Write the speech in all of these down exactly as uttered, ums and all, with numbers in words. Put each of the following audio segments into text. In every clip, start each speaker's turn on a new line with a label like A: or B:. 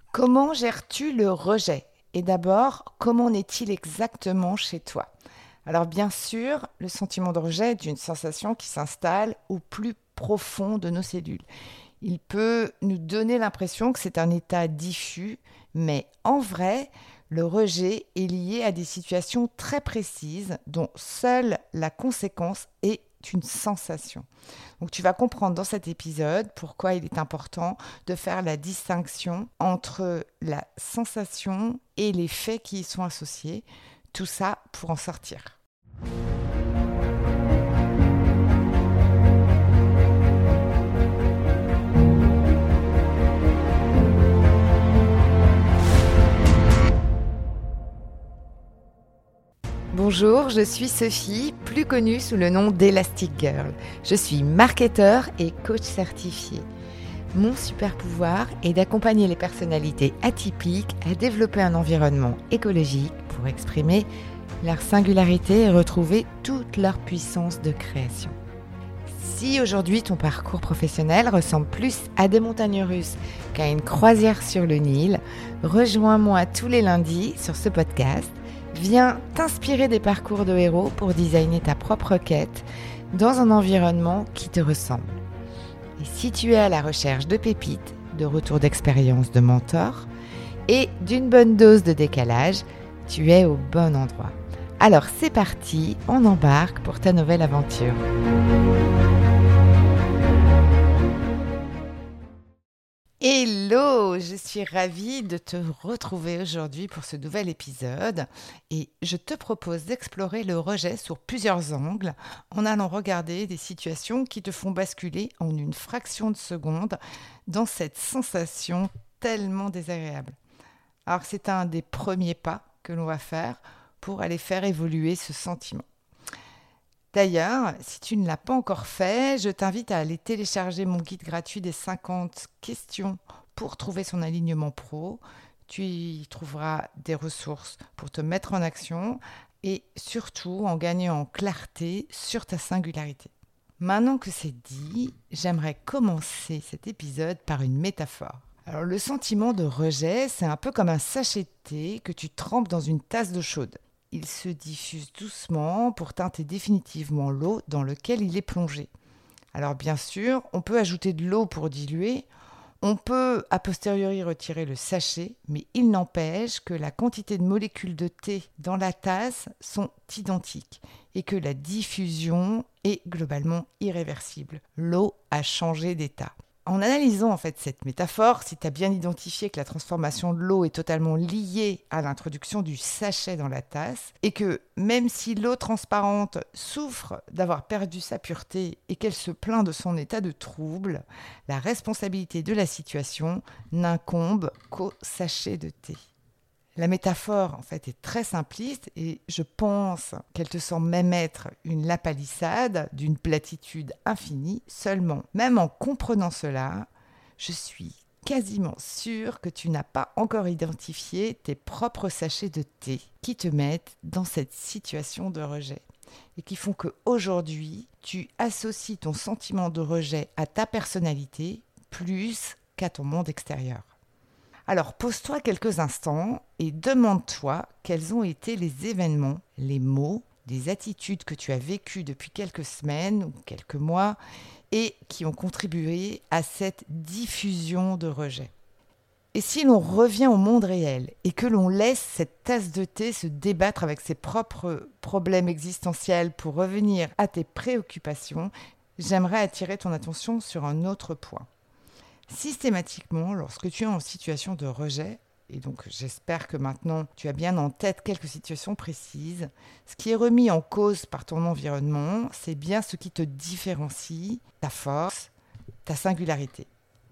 A: Comment gères-tu le rejet? Et d'abord, comment en est-il exactement chez toi? Alors bien sûr, le sentiment de rejet est une sensation qui s'installe au plus profond de nos cellules. Il peut nous donner l'impression que c'est un état diffus, mais en vrai, le rejet est lié à des situations très précises dont seule la conséquence est une sensation. Donc tu vas comprendre dans cet épisode pourquoi il est important de faire la distinction entre la sensation et les faits qui y sont associés. Tout ça pour en sortir. Bonjour, je suis Sophie, plus connue sous le nom d'Elastic Girl. Je suis marketeur et coach certifié. Mon super pouvoir est d'accompagner les personnalités atypiques à développer un environnement écologique pour exprimer leur singularité et retrouver toute leur puissance de création. Si aujourd'hui ton parcours professionnel ressemble plus à des montagnes russes qu'à une croisière sur le Nil, rejoins-moi tous les lundis sur ce podcast. Viens t'inspirer des parcours de héros pour designer ta propre quête dans un environnement qui te ressemble. Et si tu es à la recherche de pépites, de retours d'expérience de mentors et d'une bonne dose de décalage, tu es au bon endroit. Alors c'est parti, on embarque pour ta nouvelle aventure. Hello, je suis ravie de te retrouver aujourd'hui pour ce nouvel épisode et je te propose d'explorer le rejet sur plusieurs angles en allant regarder des situations qui te font basculer en une fraction de seconde dans cette sensation tellement désagréable. Alors c'est un des premiers pas que l'on va faire pour aller faire évoluer ce sentiment. D'ailleurs, si tu ne l'as pas encore fait, je t'invite à aller télécharger mon guide gratuit des cinquante questions pour trouver son alignement pro. Tu y trouveras des ressources pour te mettre en action et surtout en gagner en clarté sur ta singularité. Maintenant que c'est dit, j'aimerais commencer cet épisode par une métaphore. Alors, le sentiment de rejet, c'est un peu comme un sachet de thé que tu trempes dans une tasse d'eau chaude. Il se diffuse doucement pour teinter définitivement l'eau dans laquelle il est plongé. Alors bien sûr, on peut ajouter de l'eau pour diluer, on peut a posteriori retirer le sachet, mais il n'empêche que la quantité de molécules de thé dans la tasse sont identiques et que la diffusion est globalement irréversible. L'eau a changé d'état. En analysant en fait cette métaphore, si tu as bien identifié que la transformation de l'eau est totalement liée à l'introduction du sachet dans la tasse et que même si l'eau transparente souffre d'avoir perdu sa pureté et qu'elle se plaint de son état de trouble, la responsabilité de la situation n'incombe qu'au sachet de thé. La métaphore, en fait, est très simpliste et je pense qu'elle te semble même être une lapalissade d'une platitude infinie. Seulement, même en comprenant cela, je suis quasiment sûre que tu n'as pas encore identifié tes propres sachets de thé qui te mettent dans cette situation de rejet et qui font qu'aujourd'hui, tu associes ton sentiment de rejet à ta personnalité plus qu'à ton monde extérieur. Alors pose-toi quelques instants et demande-toi quels ont été les événements, les mots, les attitudes que tu as vécues depuis quelques semaines ou quelques mois et qui ont contribué à cette diffusion de rejet. Et si l'on revient au monde réel et que l'on laisse cette tasse de thé se débattre avec ses propres problèmes existentiels pour revenir à tes préoccupations, j'aimerais attirer ton attention sur un autre point. Systématiquement, lorsque tu es en situation de rejet, et donc j'espère que maintenant tu as bien en tête quelques situations précises, ce qui est remis en cause par ton environnement, c'est bien ce qui te différencie, ta force, ta singularité.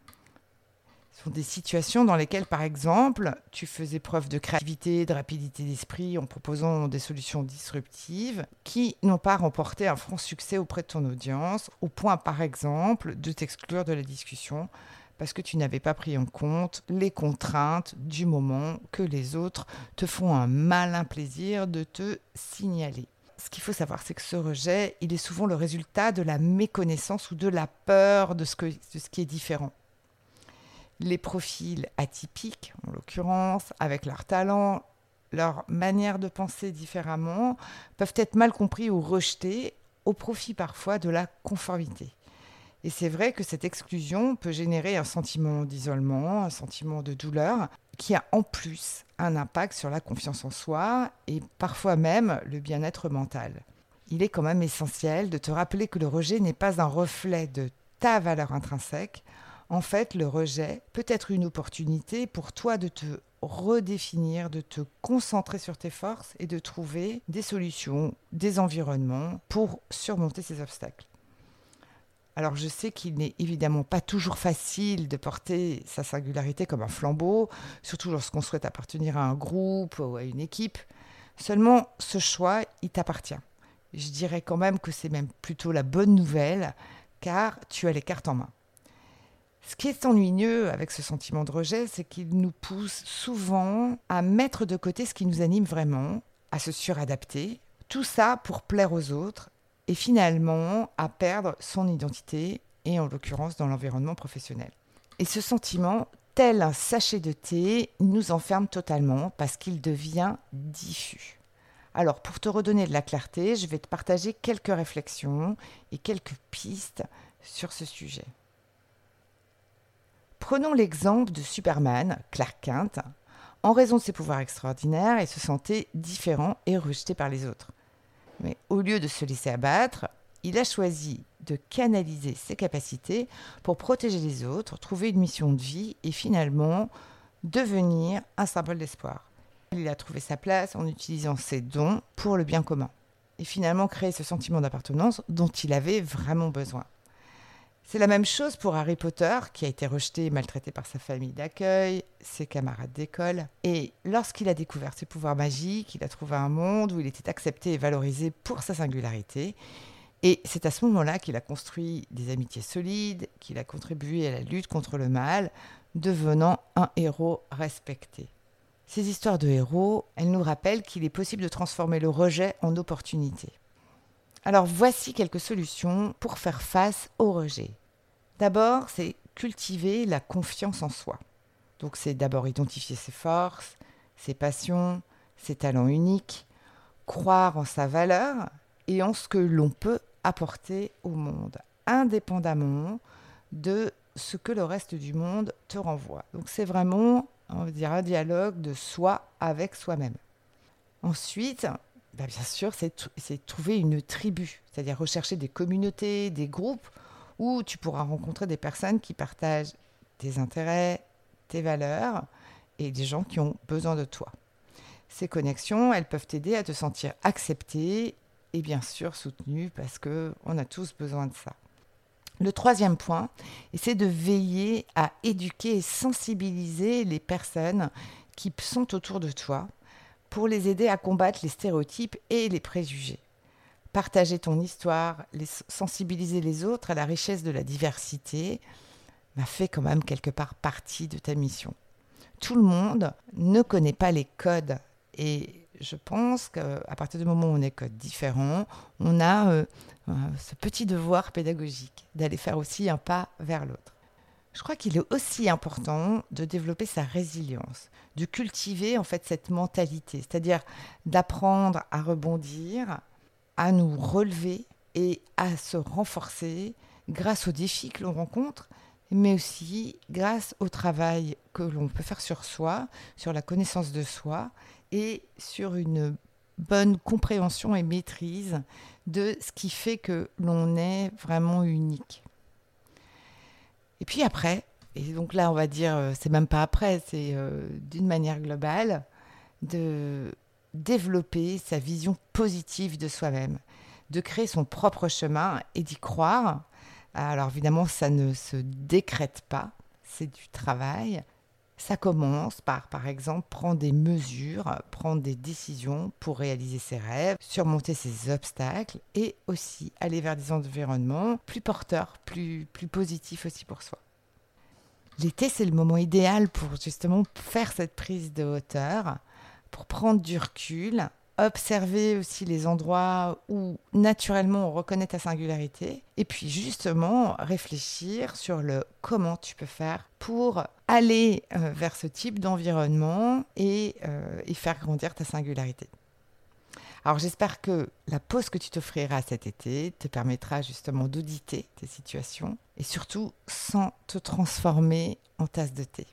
A: Ce sont des situations dans lesquelles, par exemple, tu faisais preuve de créativité, de rapidité d'esprit en proposant des solutions disruptives qui n'ont pas remporté un franc succès auprès de ton audience, au point, par exemple, de t'exclure de la discussion parce que tu n'avais pas pris en compte les contraintes du moment que les autres te font un malin plaisir de te signaler. Ce qu'il faut savoir, c'est que ce rejet, il est souvent le résultat de la méconnaissance ou de la peur de ce, que, de ce qui est différent. Les profils atypiques, en l'occurrence, avec leur talent, leur manière de penser différemment, peuvent être mal compris ou rejetés au profit parfois de la conformité. Et c'est vrai que cette exclusion peut générer un sentiment d'isolement, un sentiment de douleur, qui a en plus un impact sur la confiance en soi et parfois même le bien-être mental. Il est quand même essentiel de te rappeler que le rejet n'est pas un reflet de ta valeur intrinsèque. En fait, le rejet peut être une opportunité pour toi de te redéfinir, de te concentrer sur tes forces et de trouver des solutions, des environnements pour surmonter ces obstacles. Alors je sais qu'il n'est évidemment pas toujours facile de porter sa singularité comme un flambeau, surtout lorsqu'on souhaite appartenir à un groupe ou à une équipe. Seulement, ce choix, il t'appartient. Je dirais quand même que c'est même plutôt la bonne nouvelle, car tu as les cartes en main. Ce qui est ennuyeux avec ce sentiment de rejet, c'est qu'il nous pousse souvent à mettre de côté ce qui nous anime vraiment, à se suradapter, tout ça pour plaire aux autres, et finalement à perdre son identité, et en l'occurrence dans l'environnement professionnel. Et ce sentiment, tel un sachet de thé, nous enferme totalement parce qu'il devient diffus. Alors pour te redonner de la clarté, je vais te partager quelques réflexions et quelques pistes sur ce sujet. Prenons l'exemple de Superman, Clark Kent. En raison de ses pouvoirs extraordinaires, il se sentait différent et rejeté par les autres. Mais au lieu de se laisser abattre, il a choisi de canaliser ses capacités pour protéger les autres, trouver une mission de vie et finalement devenir un symbole d'espoir. Il a trouvé sa place en utilisant ses dons pour le bien commun et finalement créer ce sentiment d'appartenance dont il avait vraiment besoin. C'est la même chose pour Harry Potter, qui a été rejeté et maltraité par sa famille d'accueil, ses camarades d'école. Et lorsqu'il a découvert ses pouvoirs magiques, il a trouvé un monde où il était accepté et valorisé pour sa singularité. Et c'est à ce moment-là qu'il a construit des amitiés solides, qu'il a contribué à la lutte contre le mal, devenant un héros respecté. Ces histoires de héros, elles nous rappellent qu'il est possible de transformer le rejet en opportunité. Alors voici quelques solutions pour faire face au rejet. D'abord, c'est cultiver la confiance en soi. Donc c'est d'abord identifier ses forces, ses passions, ses talents uniques, croire en sa valeur et en ce que l'on peut apporter au monde, indépendamment de ce que le reste du monde te renvoie. Donc c'est vraiment, on va dire, un dialogue de soi avec soi-même. Ensuite, bah bien sûr, c'est, t- c'est trouver une tribu, c'est-à-dire rechercher des communautés, des groupes où tu pourras rencontrer des personnes qui partagent tes intérêts, tes valeurs et des gens qui ont besoin de toi. Ces connexions, elles peuvent t'aider à te sentir accepté et bien sûr soutenu parce qu'on a tous besoin de ça. Le troisième point, c'est de veiller à éduquer et sensibiliser les personnes qui sont autour de toi pour les aider à combattre les stéréotypes et les préjugés. Partager ton histoire, les sensibiliser les autres à la richesse de la diversité, bah, fait quand même quelque part partie de ta mission. Tout le monde ne connaît pas les codes et je pense qu'à partir du moment où on est codes différents, on a euh, euh, ce petit devoir pédagogique d'aller faire aussi un pas vers l'autre. Je crois qu'il est aussi important de développer sa résilience, de cultiver en fait cette mentalité, c'est-à-dire d'apprendre à rebondir, à nous relever et à se renforcer grâce aux défis que l'on rencontre, mais aussi grâce au travail que l'on peut faire sur soi, sur la connaissance de soi et sur une bonne compréhension et maîtrise de ce qui fait que l'on est vraiment unique. Et puis après, et donc là on va dire, euh, c'est même pas après, c'est euh, d'une manière globale, de développer sa vision positive de soi-même, de créer son propre chemin et d'y croire. Alors évidemment, ça ne se décrète pas, c'est du travail. Ça commence par, par exemple, prendre des mesures, prendre des décisions pour réaliser ses rêves, surmonter ses obstacles et aussi aller vers des environnements plus porteurs, plus, plus positifs aussi pour soi. L'été, c'est le moment idéal pour justement faire cette prise de hauteur, pour prendre du recul observer aussi les endroits où naturellement on reconnaît ta singularité. Et puis justement, réfléchir sur le comment tu peux faire pour aller euh, vers ce type d'environnement et, euh, et faire grandir ta singularité. Alors j'espère que la pause que tu t'offriras cet été te permettra justement d'auditer tes situations et surtout sans te transformer en tasse de thé.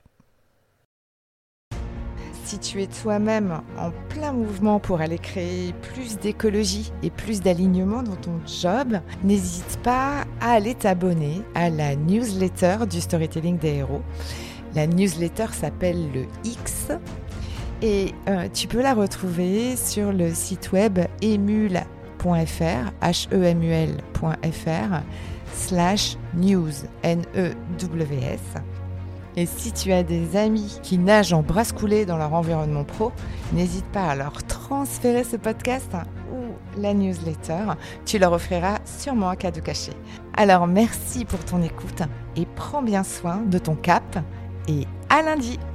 A: Si tu es toi-même en plein mouvement pour aller créer plus d'écologie et plus d'alignement dans ton job, n'hésite pas à aller t'abonner à la newsletter du Storytelling des héros. La newsletter s'appelle le X. Et euh, tu peux la retrouver sur le site web emule point f r, h e m u l point f r, slash news, N E W S. Et si tu as des amis qui nagent en brasse coulée dans leur environnement pro, n'hésite pas à leur transférer ce podcast ou la newsletter. Tu leur offriras sûrement un cadeau caché. Alors merci pour ton écoute et prends bien soin de ton cap et à lundi!